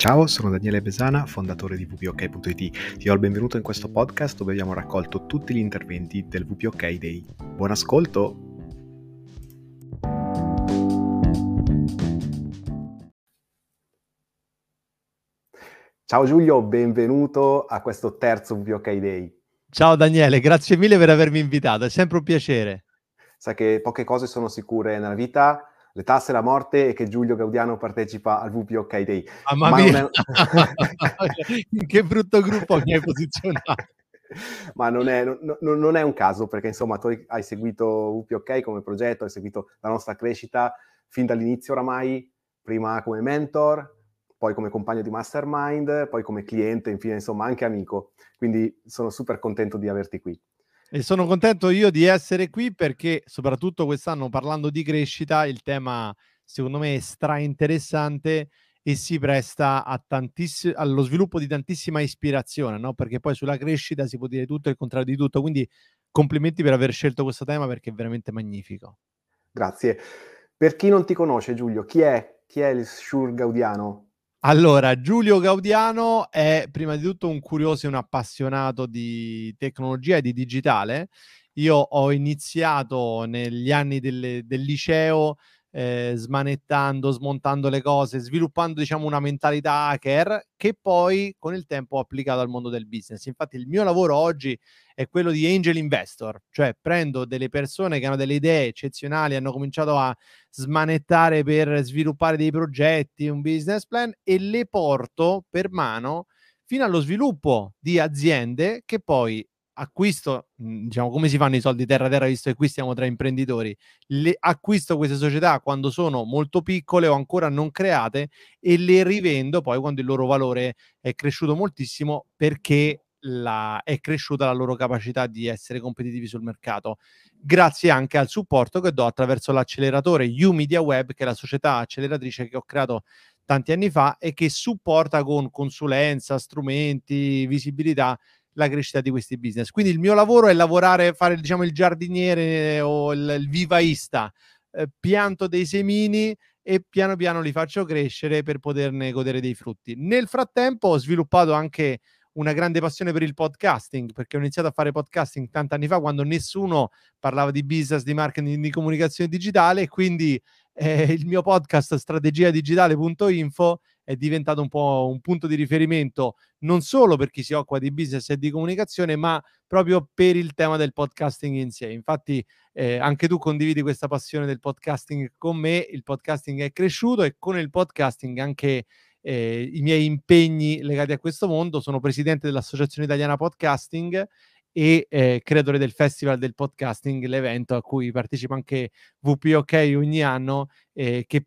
Ciao, sono Daniele Besana, fondatore di wpok.it. Ti do il benvenuto in questo podcast dove abbiamo raccolto tutti gli interventi del WPOK Day. Buon ascolto! Ciao Giulio, benvenuto a questo terzo WPOK Day. Ciao Daniele, grazie mille per avermi invitato, è sempre un piacere. Sai che poche cose sono sicure nella vita, le tasse, la morte e che Giulio Gaudiano partecipa al WPOK Day. Mamma mia, in che brutto gruppo mi hai posizionato. Ma non è un caso, perché insomma tu hai seguito WPOK come progetto, hai seguito la nostra crescita fin dall'inizio oramai, prima come mentor, poi come compagno di mastermind, poi come cliente, infine insomma anche amico. Quindi sono super contento di averti qui. E sono contento io di essere qui perché soprattutto quest'anno, parlando di crescita, il tema secondo me è stra-interessante e si presta a allo sviluppo di tantissima ispirazione, no? Perché poi sulla crescita si può dire tutto e il contrario di tutto, quindi complimenti per aver scelto questo tema perché è veramente magnifico. Grazie. Per chi non ti conosce, Giulio, chi è il Shur Gaudiano? Allora, Giulio Gaudiano è prima di tutto un curioso e un appassionato di tecnologia e di digitale. Io ho iniziato negli anni del liceo, smanettando, smontando le cose, sviluppando diciamo una mentalità hacker che poi con il tempo ho applicato al mondo del business. Infatti il mio lavoro oggi è quello di angel investor, cioè prendo delle persone che hanno delle idee eccezionali, hanno cominciato a smanettare per sviluppare dei progetti, un business plan e le porto per mano fino allo sviluppo di aziende che poi acquisto, diciamo come si fanno i soldi terra terra visto che qui stiamo tra imprenditori, acquisto queste società quando sono molto piccole o ancora non create e le rivendo poi quando il loro valore è cresciuto moltissimo perché è cresciuta la loro capacità di essere competitivi sul mercato grazie anche al supporto che do attraverso l'acceleratore U-Media Web, che è la società acceleratrice che ho creato tanti anni fa e che supporta con consulenza, strumenti, visibilità la crescita di questi business. Quindi il mio lavoro è lavorare, fare diciamo il giardiniere o il vivaista, pianto dei semini e piano piano li faccio crescere per poterne godere dei frutti. Nel frattempo ho sviluppato anche una grande passione per il podcasting, perché ho iniziato a fare podcasting tanti anni fa quando nessuno parlava di business, di marketing, di comunicazione digitale e quindi il mio podcast strategiadigitale.info è diventato un po' un punto di riferimento non solo per chi si occupa di business e di comunicazione, ma proprio per il tema del podcasting in sé. Infatti anche tu condividi questa passione del podcasting con me, il podcasting è cresciuto e con il podcasting anche i miei impegni legati a questo mondo. Sono presidente dell'Associazione Italiana Podcasting e creatore del Festival del Podcasting, l'evento a cui partecipa anche WPOK ogni anno, che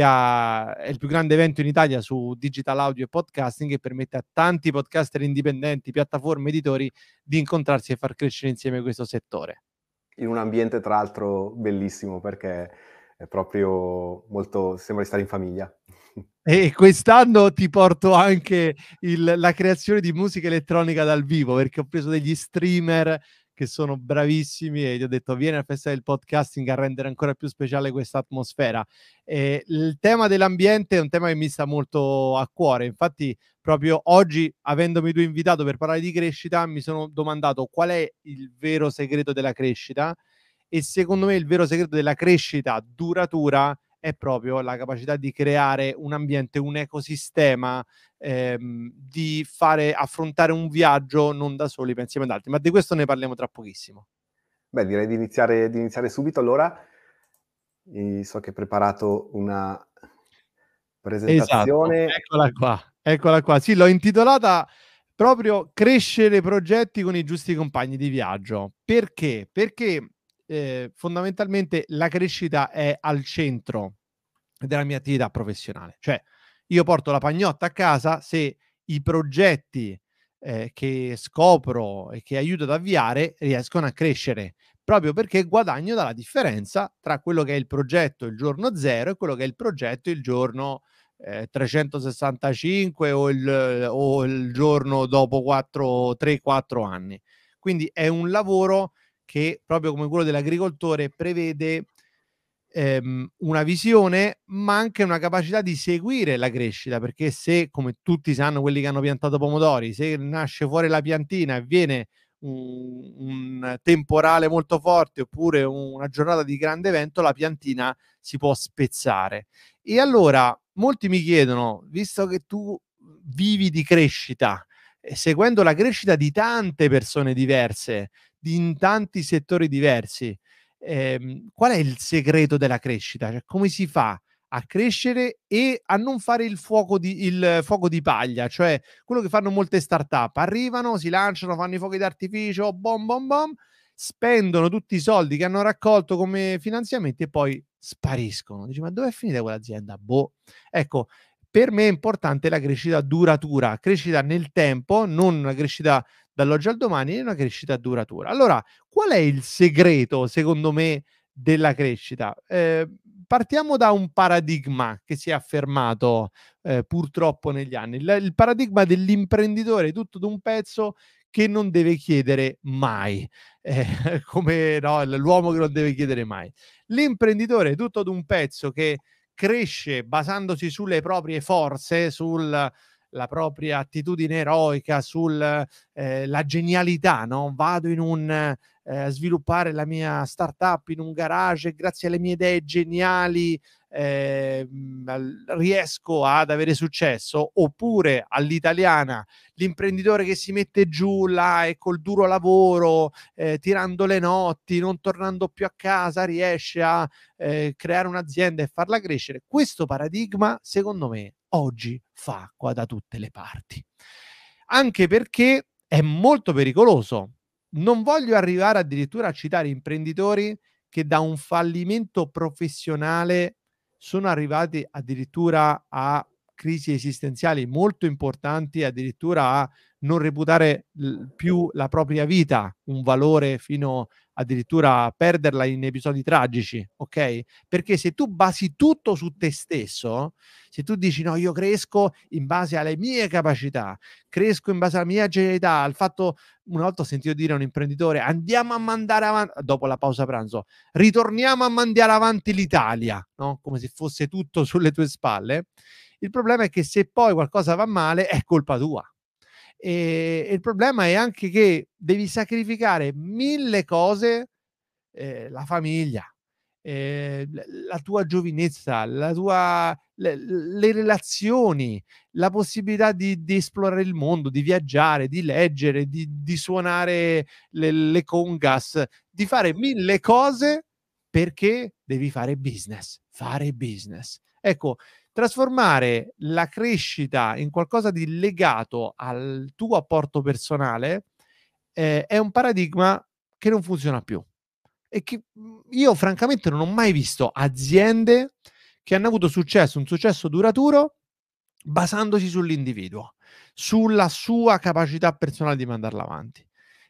è il più grande evento in Italia su digital audio e podcasting, che permette a tanti podcaster indipendenti, piattaforme, editori di incontrarsi e far crescere insieme questo settore. In un ambiente tra l'altro bellissimo, perché è proprio molto, sembra di stare in famiglia. E quest'anno ti porto anche la creazione di musica elettronica dal vivo, perché ho preso degli streamer che sono bravissimi e gli ho detto vieni al Festival del Podcasting a rendere ancora più speciale questa atmosfera. Il tema dell'ambiente è un tema che mi sta molto a cuore, infatti proprio oggi, avendomi tu invitato per parlare di crescita, mi sono domandato qual è il vero segreto della crescita e secondo me il vero segreto della crescita duratura è proprio la capacità di creare un ambiente, un ecosistema, di affrontare un viaggio non da soli, ma insieme ad altri. Ma di questo ne parliamo tra pochissimo. Beh, direi di iniziare subito allora. So che hai preparato una Esatto, presentazione. eccola qua, eccola qua. Sì, l'ho intitolata proprio "Crescere progetti con i giusti compagni di viaggio". Perché? Perché, fondamentalmente la crescita è al centro della mia attività professionale. Cioè, io porto la pagnotta a casa se i progetti, che scopro e che aiuto ad avviare riescono a crescere, proprio perché guadagno dalla differenza tra quello che è il progetto il giorno 0 e quello che è il progetto il giorno, 365 o il giorno dopo 4 anni. Quindi è un lavoro che, proprio come quello dell'agricoltore, prevede una visione, ma anche una capacità di seguire la crescita, perché se, come tutti sanno quelli che hanno piantato pomodori, se nasce fuori la piantina e viene un temporale molto forte oppure una giornata di grande evento, la piantina si può spezzare. E allora molti mi chiedono, visto che tu vivi di crescita, seguendo la crescita di tante persone diverse, in tanti settori diversi, qual è il segreto della crescita? Cioè, come si fa a crescere e a non fare il fuoco di paglia, cioè quello che fanno molte startup: arrivano, si lanciano, fanno i fuochi d'artificio, bom bom bom, spendono tutti i soldi che hanno raccolto come finanziamenti e poi spariscono. Dici: "Ma dov'è finita quell'azienda?" Boh. Ecco, per me è importante la crescita duratura, crescita nel tempo, non una crescita dall'oggi al domani, è una crescita duratura. Allora, qual è il segreto, secondo me, della crescita? Partiamo da un paradigma che si è affermato, purtroppo negli anni. Il paradigma dell'imprenditore tutto d'un pezzo che non deve chiedere mai, come no, l'uomo che non deve chiedere mai. L'imprenditore tutto d'un pezzo che cresce basandosi sulle proprie forze, la propria attitudine eroica, la genialità, no, vado in un sviluppare la mia startup in un garage e grazie alle mie idee geniali riesco ad avere successo, oppure all'italiana l'imprenditore che si mette giù là e col duro lavoro, tirando le notti, non tornando più a casa, riesce a creare un'azienda e farla crescere. Questo paradigma, secondo me, oggi fa acqua da tutte le parti. Anche perché è molto pericoloso. Non voglio arrivare addirittura a citare imprenditori che da un fallimento professionale sono arrivati addirittura a crisi esistenziali molto importanti, addirittura a non reputare più la propria vita un valore, fino addirittura a perderla in episodi tragici, ok? Perché se tu basi tutto su te stesso, se tu dici no, io cresco in base alle mie capacità, cresco in base alla mia genialità, al fatto, una volta ho sentito dire a un imprenditore, andiamo a mandare avanti, dopo la pausa pranzo, ritorniamo a mandare avanti l'Italia, no? Come se fosse tutto sulle tue spalle. Il problema è che se poi qualcosa va male è colpa tua. E il problema è anche che devi sacrificare 1000 cose, la famiglia, la tua giovinezza, la tua le relazioni, la possibilità di esplorare il mondo, di viaggiare, di leggere, di suonare le congas, di fare 1000 cose perché devi fare business, fare business. Ecco, trasformare la crescita in qualcosa di legato al tuo apporto personale, è un paradigma che non funziona più e che, io francamente non ho mai visto aziende che hanno avuto successo, un successo duraturo, basandosi sull'individuo, sulla sua capacità personale di mandarla avanti.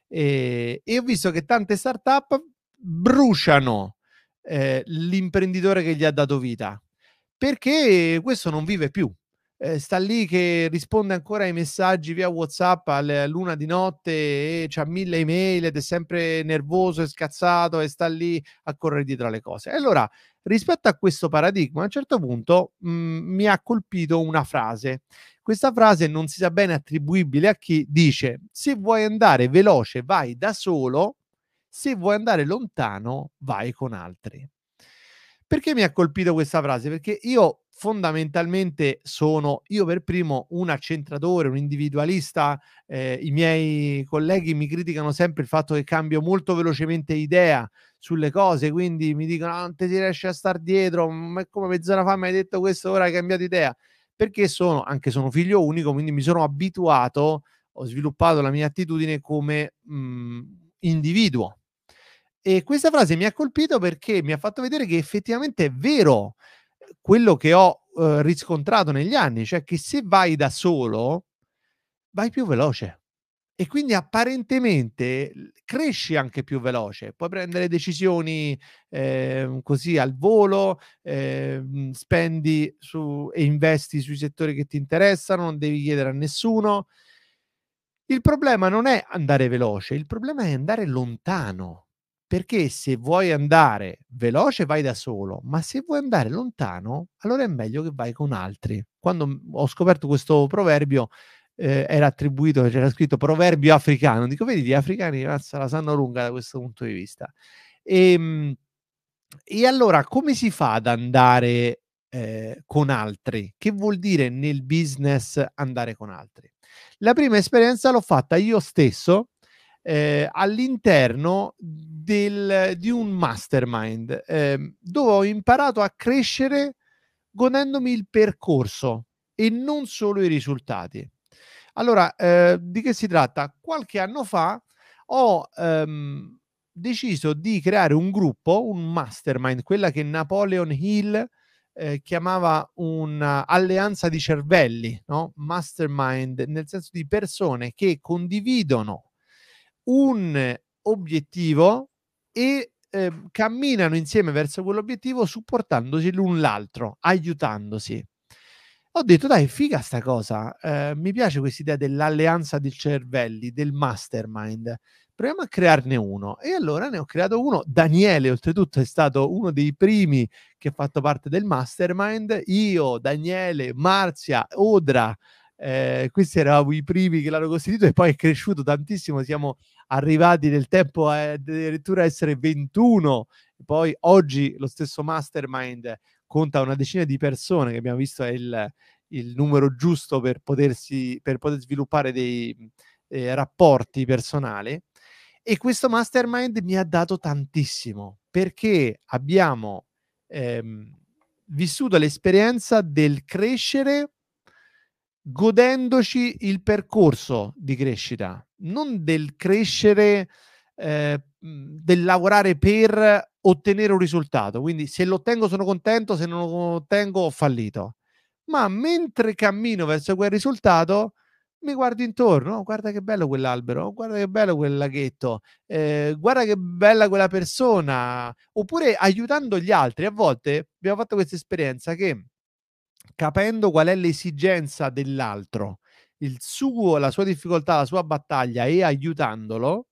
E ho visto che tante startup bruciano, l'imprenditore che gli ha dato vita, perché questo non vive più. Sta lì che risponde ancora ai messaggi via WhatsApp all'1 di notte e c'ha 1000 email ed è sempre nervoso e scazzato e sta lì a correre dietro alle cose. E allora, rispetto a questo paradigma, a un certo punto, mi ha colpito una frase. Questa frase non si sa bene attribuibile a chi, dice: "Se vuoi andare veloce vai da solo, se vuoi andare lontano vai con altri." Perché mi ha colpito questa frase? Perché io fondamentalmente sono, io per primo, un accentratore, un individualista. I miei colleghi mi criticano sempre il fatto che cambio molto velocemente idea sulle cose, quindi mi dicono: "Ah, non te si riesce a star dietro, ma è come mezz'ora fa mi hai detto questo, ora hai cambiato idea." Perché sono figlio unico, quindi mi sono abituato, ho sviluppato la mia attitudine come, individuo. E questa frase mi ha colpito perché mi ha fatto vedere che effettivamente è vero, quello che ho, riscontrato negli anni, cioè che se vai da solo, vai più veloce e quindi apparentemente cresci anche più veloce. Puoi prendere decisioni, così al volo, spendi su e investi sui settori che ti interessano, non devi chiedere a nessuno. Il problema non è andare veloce, il problema è andare lontano. perché se vuoi andare veloce vai da solo, ma se vuoi andare lontano, allora è meglio che vai con altri. Quando ho scoperto questo proverbio, era attribuito, c'era scritto proverbio africano. Dico, vedi, gli africani mazza, la sanno lunga da questo punto di vista. E allora come si fa ad andare, con altri? Che vuol dire nel business andare con altri? La prima esperienza l'ho fatta io stesso, all'interno di un mastermind, dove ho imparato a crescere godendomi il percorso e non solo i risultati. Allora, di che si tratta? Qualche anno fa ho, deciso di creare un gruppo, un mastermind, quella che Napoleon Hill, chiamava un'alleanza di cervelli, no, mastermind, nel senso di persone che condividono un obiettivo e, camminano insieme verso quell'obiettivo supportandosi l'un l'altro, aiutandosi. Ho detto: "Dai, è figa sta cosa, mi piace quest'idea dell'alleanza di cervelli, del mastermind. Proviamo a crearne uno." E allora ne ho creato uno. Daniele oltretutto è stato uno dei primi che ha fatto parte del mastermind. Io, Daniele, Marzia, Odra, questi eravamo i primi che l'hanno costituito e poi è cresciuto tantissimo. Siamo arrivati nel tempo a addirittura essere 21. Poi oggi lo stesso mastermind conta una decina di persone, che abbiamo visto è il numero giusto per poter sviluppare dei rapporti personali. E questo mastermind mi ha dato tantissimo, perché abbiamo ehm, vissuto l'esperienza del crescere godendoci il percorso di crescita, non del crescere, del lavorare per ottenere un risultato. Quindi se lo ottengo sono contento, se non lo ottengo ho fallito. Ma mentre cammino verso quel risultato mi guardo intorno: "Oh, guarda che bello quell'albero, oh, guarda che bello quel laghetto, guarda che bella quella persona", oppure aiutando gli altri. A volte abbiamo fatto questa esperienza che, capendo qual è l'esigenza dell'altro, la sua difficoltà, la sua battaglia e aiutandolo,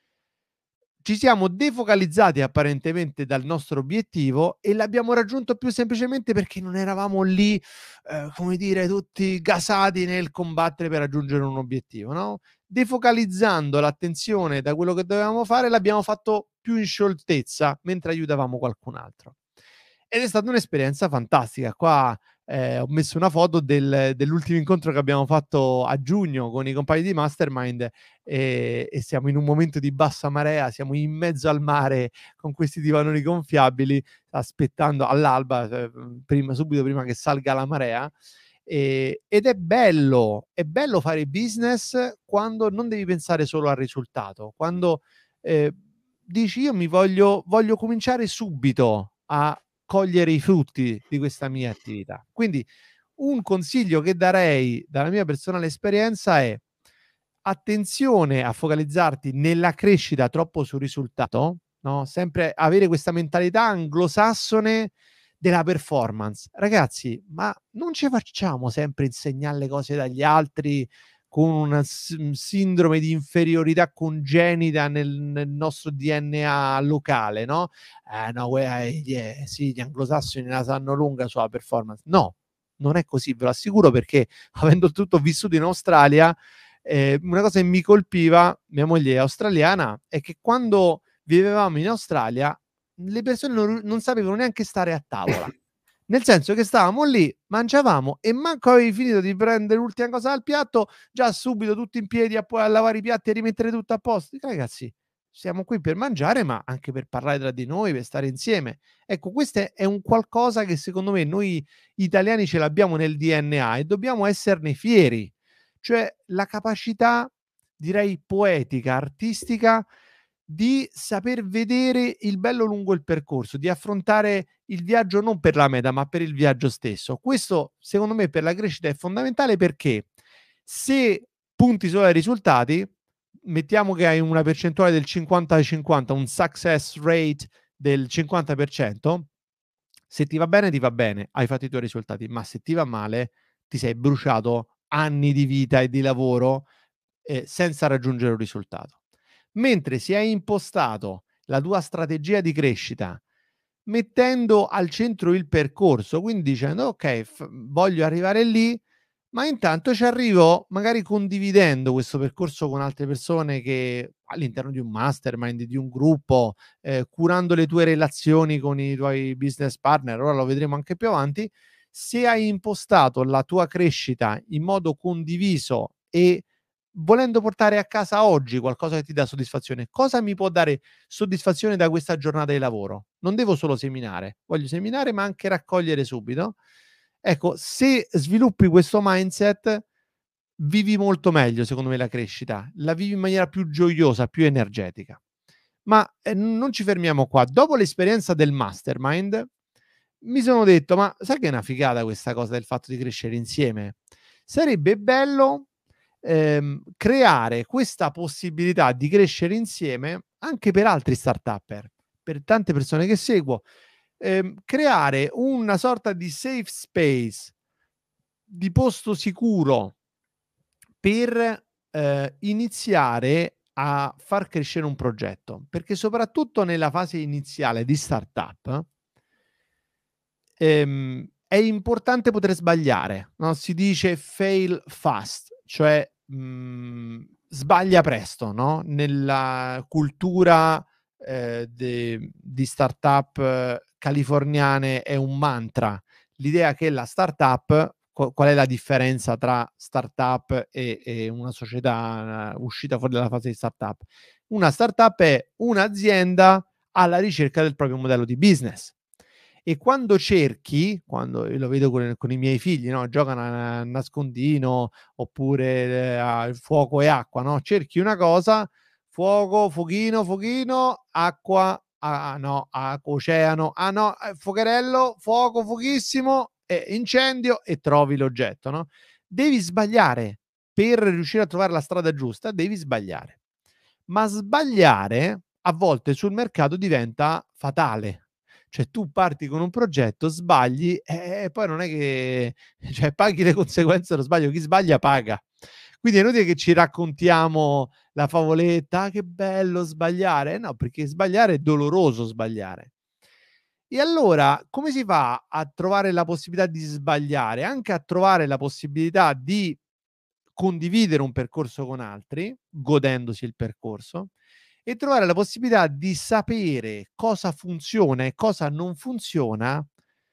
ci siamo defocalizzati apparentemente dal nostro obiettivo e l'abbiamo raggiunto più semplicemente perché non eravamo lì, come dire, tutti gasati nel combattere per raggiungere un obiettivo, no, defocalizzando l'attenzione da quello che dovevamo fare, l'abbiamo fatto più in scioltezza mentre aiutavamo qualcun altro. Ed è stata un'esperienza fantastica. Qua, ho messo una foto dell'ultimo incontro che abbiamo fatto a giugno con i compagni di Mastermind, e siamo in un momento di bassa marea, siamo in mezzo al mare con questi divanoni gonfiabili, aspettando all'alba, subito prima che salga la marea. Ed è bello fare business quando non devi pensare solo al risultato, quando, ehm, dici: "Io voglio cominciare subito a cogliere i frutti di questa mia attività." Quindi un consiglio che darei dalla mia personale esperienza è: attenzione a focalizzarti nella crescita troppo sul risultato, no, sempre avere questa mentalità anglosassone della performance. Ragazzi, ma non ci facciamo sempre insegnar le cose dagli altri con una sindrome di inferiorità congenita nel nostro DNA locale, no? No, sì, gli anglosassoni la sanno lunga sulla performance. No, non è così, ve lo assicuro, perché avendo tutto vissuto in Australia, una cosa che mi colpiva, mia moglie è australiana, è che quando vivevamo in Australia le persone non sapevano neanche stare a tavola. Nel senso che stavamo lì, mangiavamo e manco avevi finito di prendere l'ultima cosa dal piatto, già subito tutti in piedi a lavare i piatti e rimettere tutto a posto. Dico: "Ragazzi, siamo qui per mangiare, ma anche per parlare tra di noi, per stare insieme." Ecco, questo è un qualcosa che secondo me noi italiani ce l'abbiamo nel DNA e dobbiamo esserne fieri. Cioè la capacità, direi poetica, artistica, di saper vedere il bello lungo il percorso, di affrontare il viaggio non per la meta, ma per il viaggio stesso. Questo secondo me per la crescita è fondamentale, perché se punti solo ai risultati, mettiamo che hai una percentuale del 50-50, un success rate del 50%, se ti va bene, hai fatto i tuoi risultati, ma se ti va male, ti sei bruciato anni di vita e di lavoro, senza raggiungere un risultato. Mentre se hai impostato la tua strategia di crescita, mettendo al centro il percorso, quindi dicendo: "Okay, voglio arrivare lì, ma intanto ci arrivo magari condividendo questo percorso con altre persone che all'interno di un mastermind, di un gruppo, curando le tue relazioni con i tuoi business partner", ora lo vedremo anche più avanti. Se hai impostato la tua crescita in modo condiviso e volendo portare a casa oggi qualcosa che ti dà soddisfazione, cosa mi può dare soddisfazione da questa giornata di lavoro? Non devo solo seminare, voglio seminare ma anche raccogliere subito. Ecco, se sviluppi questo mindset, vivi molto meglio secondo me la crescita, la vivi in maniera più gioiosa, più energetica. Ma, non ci fermiamo qua. Dopo l'esperienza del mastermind, mi sono detto: "Ma sai che è una figata questa cosa del fatto di crescere insieme? Sarebbe bello, creare questa possibilità di crescere insieme anche per altri startupper, per tante persone che seguo, creare una sorta di safe space, di posto sicuro per, iniziare a far crescere un progetto, perché soprattutto nella fase iniziale di startup, è importante poter sbagliare, no, si dice fail fast, cioè, sbaglia presto, no, nella cultura, di startup californiane è un mantra. L'idea che la startup qual è la differenza tra startup e una società uscita fuori dalla fase di startup? Una startup è un'azienda alla ricerca del proprio modello di business. E quando cerchi, quando io lo vedo con i miei figli, no, giocano a nascondino oppure a fuoco e acqua, no, cerchi una cosa, fuoco, fuochino, fuochino, acqua, no, oceano, no, fuocherello, fuoco, fuochissimo, incendio e trovi l'oggetto, no. Devi sbagliare. Per riuscire a trovare la strada giusta devi sbagliare. Ma sbagliare a volte sul mercato diventa fatale. Cioè tu parti con un progetto, sbagli e poi non è che cioè paghi le conseguenze dello sbaglio, chi sbaglia paga. Quindi è inutile che ci raccontiamo la favoletta: "Ah, che bello sbagliare." No, perché sbagliare è doloroso sbagliare. E allora come si fa a trovare la possibilità di sbagliare? Anche a trovare la possibilità di condividere un percorso con altri, godendosi il percorso, e trovare la possibilità di sapere cosa funziona e cosa non funziona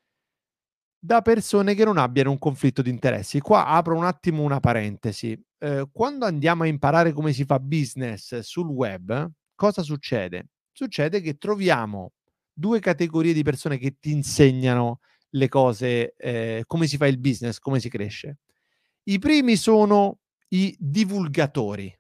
da persone che non abbiano un conflitto di interessi. Qua apro un attimo una parentesi. Quando andiamo a imparare come si fa business sul web, cosa succede? Succede che troviamo 2 categorie di persone che ti insegnano le cose, come si fa il business, come si cresce. I primi sono i divulgatori.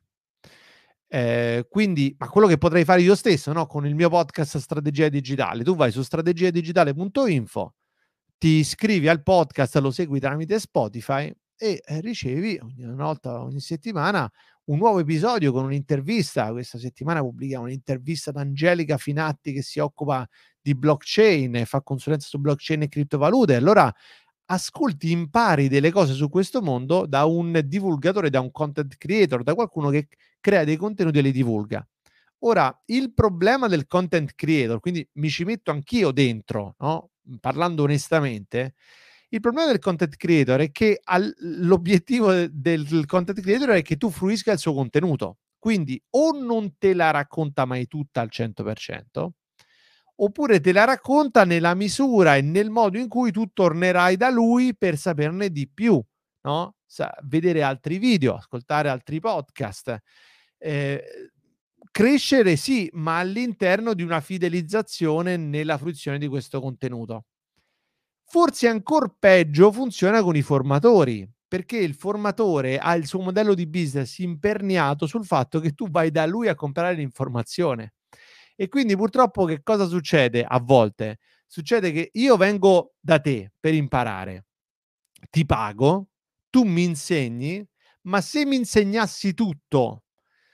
Quindi ma quello che potrei fare io stesso, no, con il mio podcast Strategia Digitale. Tu vai su strategiadigitale.info, ti iscrivi al podcast, lo segui tramite Spotify e, ricevi ogni una volta ogni settimana un nuovo episodio con un'intervista. Questa settimana pubblichiamo un'intervista ad Angelica Finatti che si occupa di blockchain e fa consulenza su blockchain e criptovalute. Allora ascolti, impari delle cose su questo mondo da un divulgatore, da un content creator, da qualcuno che crea dei contenuti e li divulga. Ora, il problema del content creator, quindi mi ci metto anch'io dentro, no, parlando onestamente, il problema del content creator è che l'obiettivo del content creator è che tu fruisca il suo contenuto. Quindi o non te la racconta mai tutta al 100%, oppure te la racconta nella misura e nel modo in cui tu tornerai da lui per saperne di più, no, vedere altri video, ascoltare altri podcast. Ehm, crescere sì, ma all'interno di una fidelizzazione nella fruizione di questo contenuto. Forse ancor peggio funziona con i formatori, perché il formatore ha il suo modello di business imperniato sul fatto che tu vai da lui a comprare l'informazione. E quindi purtroppo che cosa succede a volte? Succede che io vengo da te per imparare, ti pago, tu mi insegni, ma se mi insegnassi tutto,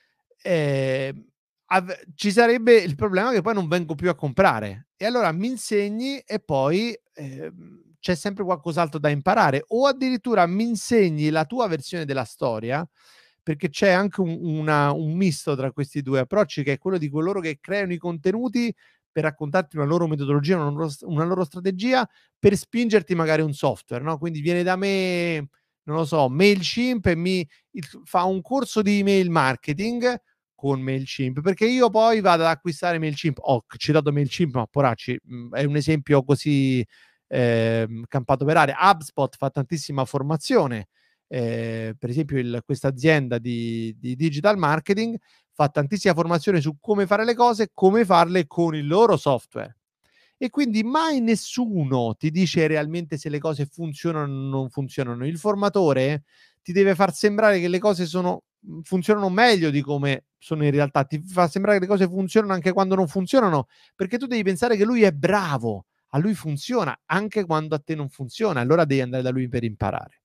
ci sarebbe il problema che poi non vengo più a comprare. E allora mi insegni e poi, c'è sempre qualcos'altro da imparare o addirittura mi insegni la tua versione della storia, perché c'è anche un misto tra questi due approcci, che è quello di coloro che creano i contenuti per raccontarti una loro metodologia, una loro strategia, per spingerti magari un software, no? Quindi viene da me, non lo so, Mailchimp e fa un corso di email marketing con Mailchimp, perché io poi vado ad acquistare Mailchimp. Ho citato Mailchimp, ma poracci, è un esempio così campato per aria. HubSpot fa tantissima formazione, per esempio questa azienda di digital marketing fa tantissima formazione su come fare le cose, come farle con il loro software. E quindi mai nessuno ti dice realmente se le cose funzionano o non funzionano. Il formatore ti deve far sembrare che le cose funzionano meglio di come sono in realtà, ti fa sembrare che le cose funzionano anche quando non funzionano, perché tu devi pensare che lui è bravo, a lui funziona anche quando a te non funziona, allora devi andare da lui per imparare.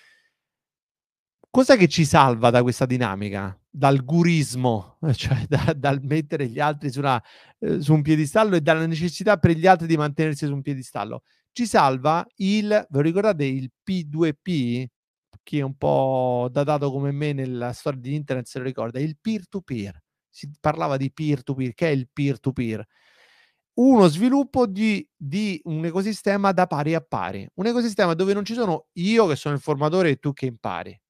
Cos'è che ci salva da questa dinamica? Dal gurismo, cioè dal mettere gli altri su un piedistallo e dalla necessità per gli altri di mantenersi su un piedistallo. Ci salva ve lo ricordate il P2P? Chi è un po' datato come me nella storia di internet se lo ricorda, il peer to peer. Si parlava di peer to peer. Che è il peer to peer? Uno sviluppo di un ecosistema da pari a pari, un ecosistema dove non ci sono io che sono il formatore e tu che impari,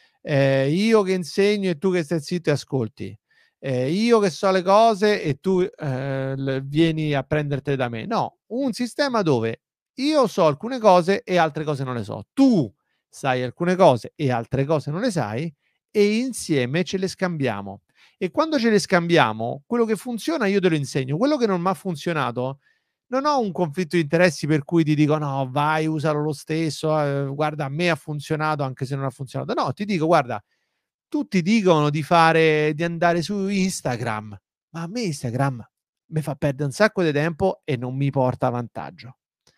io che insegno e tu che stai zitto e ascolti, io che so le cose e tu vieni a prendertele da me. No, un sistema dove io so alcune cose e altre cose non le so. Tu sai alcune cose e altre cose non le sai, e insieme ce le scambiamo. E quando ce le scambiamo, quello che funziona io te lo insegno, quello che non m'ha funzionato non ho un conflitto di interessi per cui ti dico: "No, vai, usalo lo stesso, guarda a me ha funzionato anche se non ha funzionato". No, ti dico: "Guarda, tutti dicono di andare su Instagram, ma a me Instagram mi fa perdere un sacco di tempo e non mi porta vantaggio".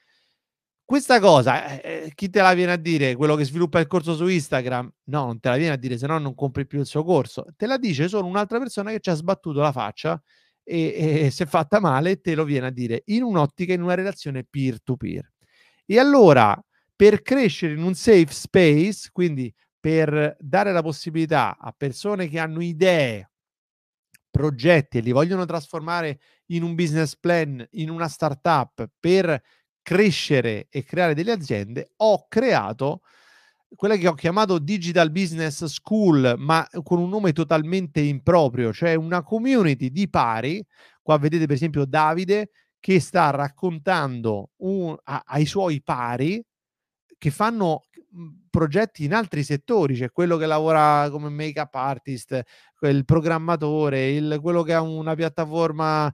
Questa cosa, chi te la viene a dire? Quello che sviluppa il corso su Instagram? No, non te la viene a dire, se no non compri più il suo corso. Te la dice solo un'altra persona che ci ha sbattuto la faccia e s'è fatta male e te lo viene a dire in un'ottica, in una relazione peer to peer. E allora, per crescere in un safe space, quindi per dare la possibilità a persone che hanno idee, progetti e li vogliono trasformare in un business plan, in una startup per crescere e creare delle aziende, ho creato quella che ho chiamato Digital Business School, ma con un nome totalmente improprio, cioè una community di pari. Qua vedete per esempio Davide che sta raccontando ai suoi pari che fanno progetti in altri settori, c'è quello che lavora come make-up artist, il programmatore, quello che ha una piattaforma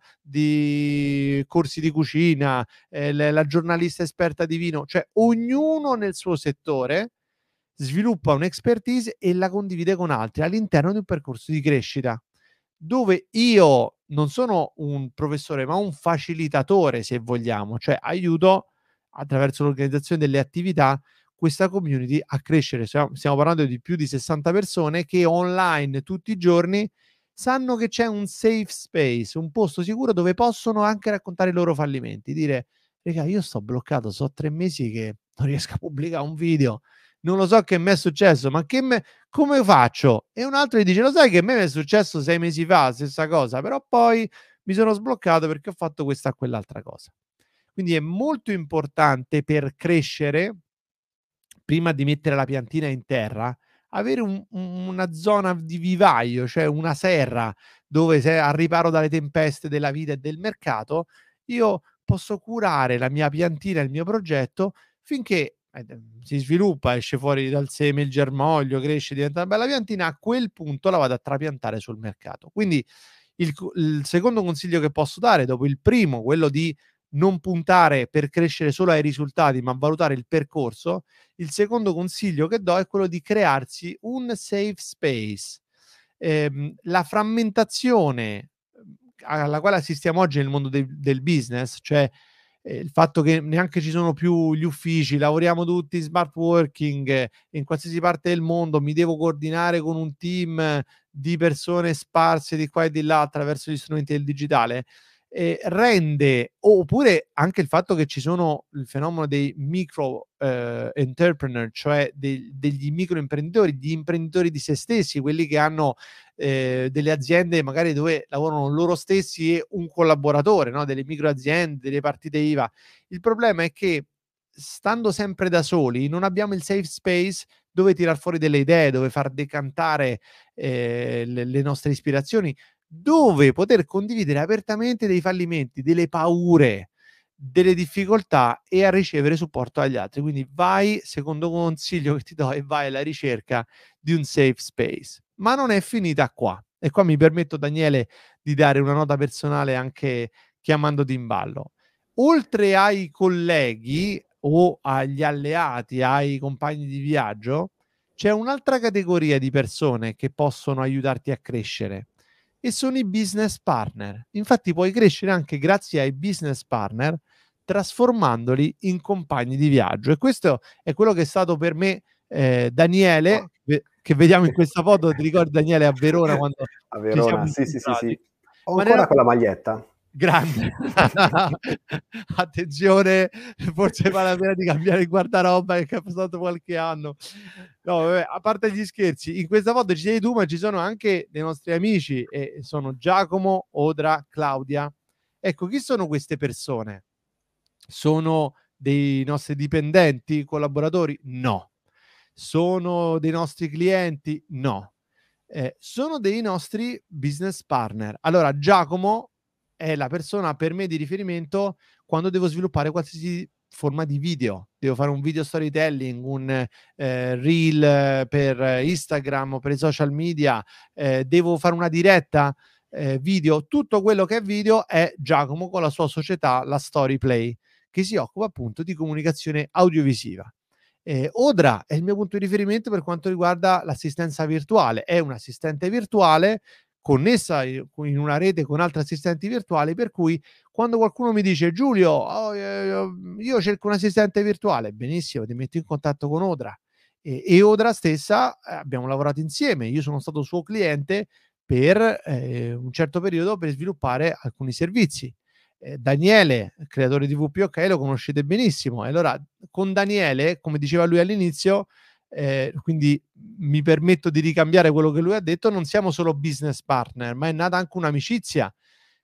di corsi di cucina, la giornalista esperta di vino, cioè ognuno nel suo settore sviluppa un'expertise e la condivide con altri all'interno di un percorso di crescita, dove io non sono un professore, ma un facilitatore, se vogliamo, cioè aiuto attraverso l'organizzazione delle attività questa community a crescere. Stiamo parlando di più di 60 persone che online tutti i giorni sanno che c'è un safe space, un posto sicuro dove possono anche raccontare i loro fallimenti, dire: "Raga, io sto bloccato, so 3 mesi che non riesco a pubblicare un video, non lo so che m'è successo, ma come faccio?" E un altro gli dice: "Lo sai che a me m'è successo 6 mesi fa la stessa cosa, però poi mi sono sbloccato perché ho fatto questa o quell'altra cosa". Quindi è molto importante per crescere, prima di mettere la piantina in terra, avere una zona di vivaio, cioè una serra dove se al riparo dalle tempeste della vita e del mercato, io posso curare la mia piantina, il mio progetto finché si sviluppa, esce fuori dal seme il germoglio, cresce, diventa una bella piantina, a quel punto la vado a trapiantare sul mercato. Quindi il secondo consiglio che posso dare dopo il primo, quello di non puntare per crescere solo ai risultati, ma valutare il percorso, il secondo consiglio che do è quello di crearsi un safe space. La frammentazione alla quale assistiamo oggi nel mondo del business, cioè il fatto che neanche ci sono più gli uffici, lavoriamo tutti in smart working, in qualsiasi parte del mondo, mi devo coordinare con un team di persone sparse di qua e di là attraverso gli strumenti del digitale. rende, oppure anche il fatto che ci sono il fenomeno dei micro entrepreneur, cioè degli microimprenditori, gli imprenditori di se stessi, quelli che hanno delle aziende magari dove lavorano loro stessi e un collaboratore, no? Delle micro aziende, delle partite IVA. Il problema è che stando sempre da soli non abbiamo il safe space dove tirar fuori delle idee, dove far decantare le nostre ispirazioni, dove poter condividere apertamente dei fallimenti, delle paure, delle difficoltà e a ricevere supporto dagli altri. Quindi vai, secondo consiglio che ti do, e vai alla ricerca di un safe space. Ma non è finita qua. E qua mi permetto, Daniele, di dare una nota personale anche chiamandoti in ballo. Oltre ai colleghi o agli alleati, ai compagni di viaggio, c'è un'altra categoria di persone che possono aiutarti a crescere e sono i business partner. Infatti puoi crescere anche grazie ai business partner trasformandoli in compagni di viaggio, e questo è quello che è stato per me Daniele, che vediamo in questa foto. Ti ricordi Daniele a Verona quando A ci siamo Verona, sì, sì, sì, incontrati? sì. Ho Ma ancora nella quella maglietta. grande. Attenzione, forse vale la pena di cambiare il guardaroba, che è passato qualche anno. No, vabbè, a parte gli scherzi, in questa foto ci sei tu, ma ci sono anche dei nostri amici, e sono Giacomo, Odra, Claudia. Ecco, chi sono queste persone? Sono dei nostri dipendenti, collaboratori? No. Sono dei nostri clienti? No. Sono dei nostri business partner. Allora, Giacomo è la persona per me di riferimento quando devo sviluppare qualsiasi forma di video. Devo fare un video storytelling, un reel per Instagram o per i social media, devo fare una diretta video. Tutto quello che è video è Giacomo con la sua società, la Storyplay, che si occupa appunto di comunicazione audiovisiva. Odra è il mio punto di riferimento per quanto riguarda l'assistenza virtuale. È un assistente virtuale connessa in una rete con altri assistenti virtuali, per cui quando qualcuno mi dice: Giulio, io cerco un assistente virtuale, benissimo, ti metto in contatto con Odra. E Odra stessa, abbiamo lavorato insieme, io sono stato suo cliente per un certo periodo per sviluppare alcuni servizi. Daniele, creatore di VPOK, lo conoscete benissimo. E allora con Daniele, come diceva lui all'inizio, quindi mi permetto di ricambiare quello che lui ha detto, non siamo solo business partner, ma è nata anche un'amicizia.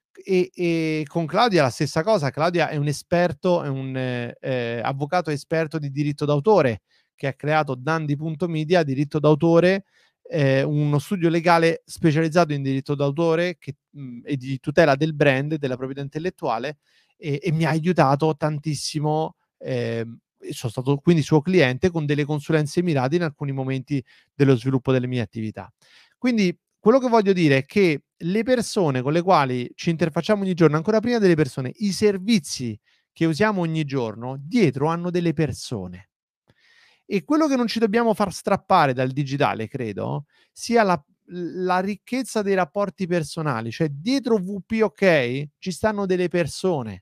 E con Claudia la stessa cosa. Claudia è un esperto, è un avvocato esperto di diritto d'autore, che ha creato Dandi.media, diritto d'autore, uno studio legale specializzato in diritto d'autore e di tutela del brand, della proprietà intellettuale, e mi ha aiutato tantissimo. Sono stato quindi suo cliente con delle consulenze mirate in alcuni momenti dello sviluppo delle mie attività. Quindi quello che voglio dire è che le persone con le quali ci interfacciamo ogni giorno, ancora prima delle persone, i servizi che usiamo ogni giorno, dietro hanno delle persone. E quello che non ci dobbiamo far strappare dal digitale, credo, sia la ricchezza dei rapporti personali. Cioè, dietro VPOK ci stanno delle persone.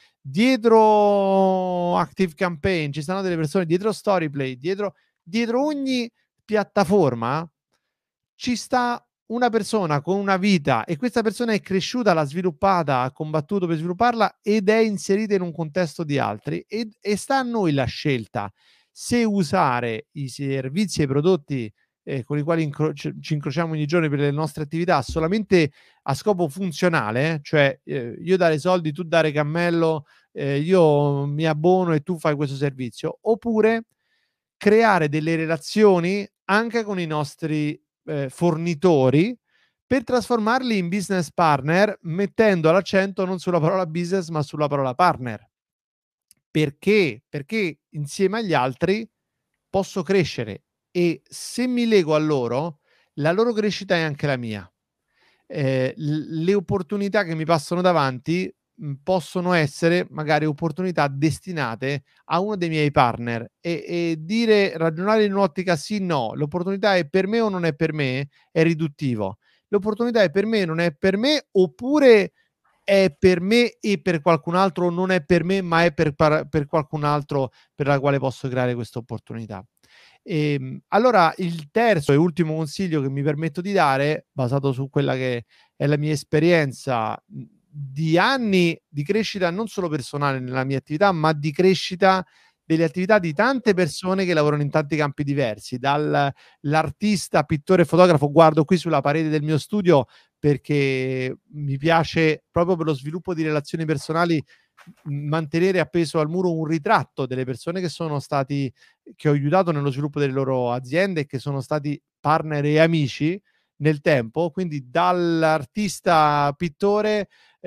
Dietro Active Campaign ci stanno delle persone, dietro Storyplay, dietro ogni piattaforma ci sta una persona con una vita, e questa persona è cresciuta, l'ha sviluppata, ha combattuto per svilupparla ed è inserita in un contesto di altri, e sta a noi la scelta se usare i servizi e i prodotti con i quali ci incrociamo ogni giorno per le nostre attività solamente a scopo funzionale, cioè io dare soldi, tu dare cammello, io mi abbono e tu fai questo servizio, oppure creare delle relazioni anche con i nostri fornitori per trasformarli in business partner, mettendo l'accento non sulla parola business ma sulla parola partner. Perché? Perché insieme agli altri posso crescere, e se mi lego a loro, la loro crescita è anche la mia. Le opportunità che mi passano davanti possono essere magari opportunità destinate a uno dei miei partner, e dire, ragionare in un'ottica sì, no, l'opportunità è per me o non è per me, è riduttivo. L'opportunità è per me, non è per me, oppure è per me e per qualcun altro, non è per me, ma è per qualcun altro per la quale posso creare questa opportunità. Allora il terzo e ultimo consiglio che mi permetto di dare, basato su quella che è la mia esperienza di anni di crescita non solo personale nella mia attività, ma di crescita delle attività di tante persone che lavorano in tanti campi diversi, dall'artista, pittore, fotografo. Guardo qui sulla parete del mio studio perché mi piace, proprio per lo sviluppo di relazioni personali, mantenere appeso al muro un ritratto delle persone che ho aiutato nello sviluppo delle loro aziende e che sono stati partner e amici nel tempo, quindi dall'artista pittore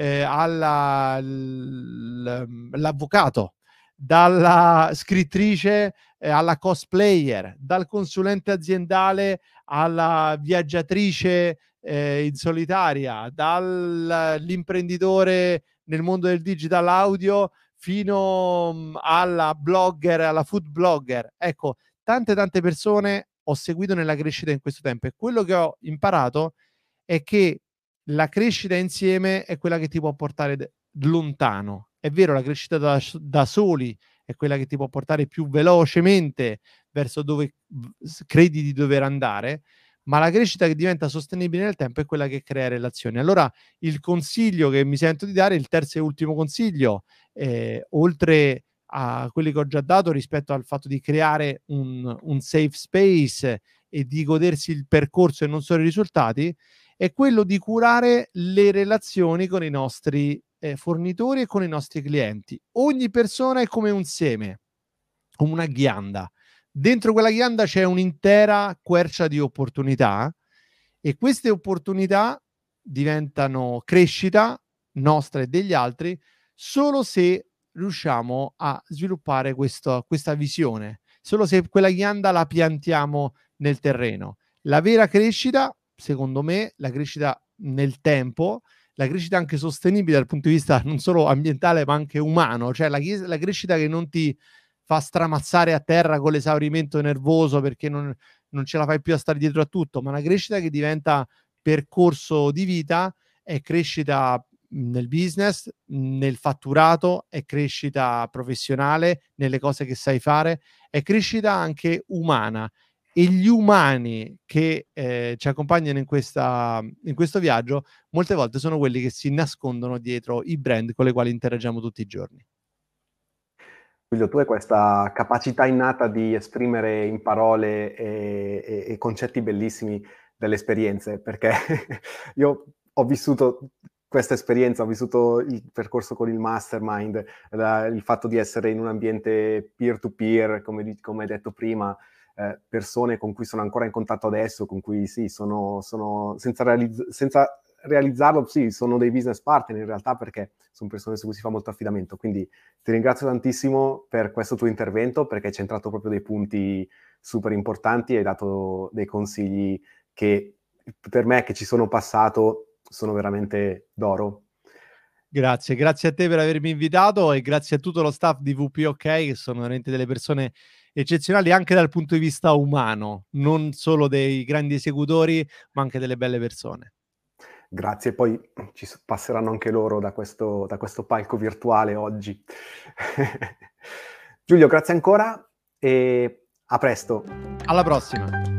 all'avvocato, dalla scrittrice alla cosplayer, dal consulente aziendale alla viaggiatrice in solitaria, dall'imprenditore nel mondo del digital audio fino alla blogger, alla food blogger. Ecco, tante persone ho seguito nella crescita in questo tempo, e quello che ho imparato è che la crescita insieme è quella che ti può portare lontano. È vero, la crescita da soli è quella che ti può portare più velocemente verso dove credi di dover andare, ma la crescita che diventa sostenibile nel tempo è quella che crea relazioni. Allora, il consiglio che mi sento di dare, il terzo e ultimo consiglio, oltre a quelli che ho già dato rispetto al fatto di creare un safe space e di godersi il percorso e non solo i risultati, è quello di curare le relazioni con i nostri fornitori e con i nostri clienti. Ogni persona è come un seme, come una ghianda. Dentro quella ghianda c'è un'intera quercia di opportunità, e queste opportunità diventano crescita nostra e degli altri solo se riusciamo a sviluppare questa visione, solo se quella ghianda la piantiamo nel terreno. La vera crescita, secondo me, la crescita nel tempo, la crescita anche sostenibile dal punto di vista non solo ambientale ma anche umano, cioè la crescita che non ti fa stramazzare a terra con l'esaurimento nervoso perché non ce la fai più a stare dietro a tutto, ma la crescita che diventa percorso di vita è crescita nel business, nel fatturato, è crescita professionale, nelle cose che sai fare, è crescita anche umana. E gli umani che ci accompagnano in questo viaggio molte volte sono quelli che si nascondono dietro i brand con le quali interagiamo tutti i giorni. Giulio, tu hai questa capacità innata di esprimere in parole e concetti bellissimi delle esperienze, perché io ho vissuto questa esperienza, ho vissuto il percorso con il mastermind, il fatto di essere in un ambiente peer-to-peer, come hai detto prima, persone con cui sono ancora in contatto adesso, con cui sì, sono senza realizzarlo, sì, sono dei business partner in realtà, perché sono persone su cui si fa molto affidamento. Quindi ti ringrazio tantissimo per questo tuo intervento, perché hai centrato proprio dei punti super importanti e hai dato dei consigli che per me, che ci sono passato, sono veramente d'oro. Grazie a te per avermi invitato, e grazie a tutto lo staff di VPOK, che sono veramente delle persone eccezionali anche dal punto di vista umano, non solo dei grandi esecutori, ma anche delle belle persone. Grazie, poi ci passeranno anche loro da questo palco virtuale oggi. Giulio, grazie ancora e a presto. Alla prossima.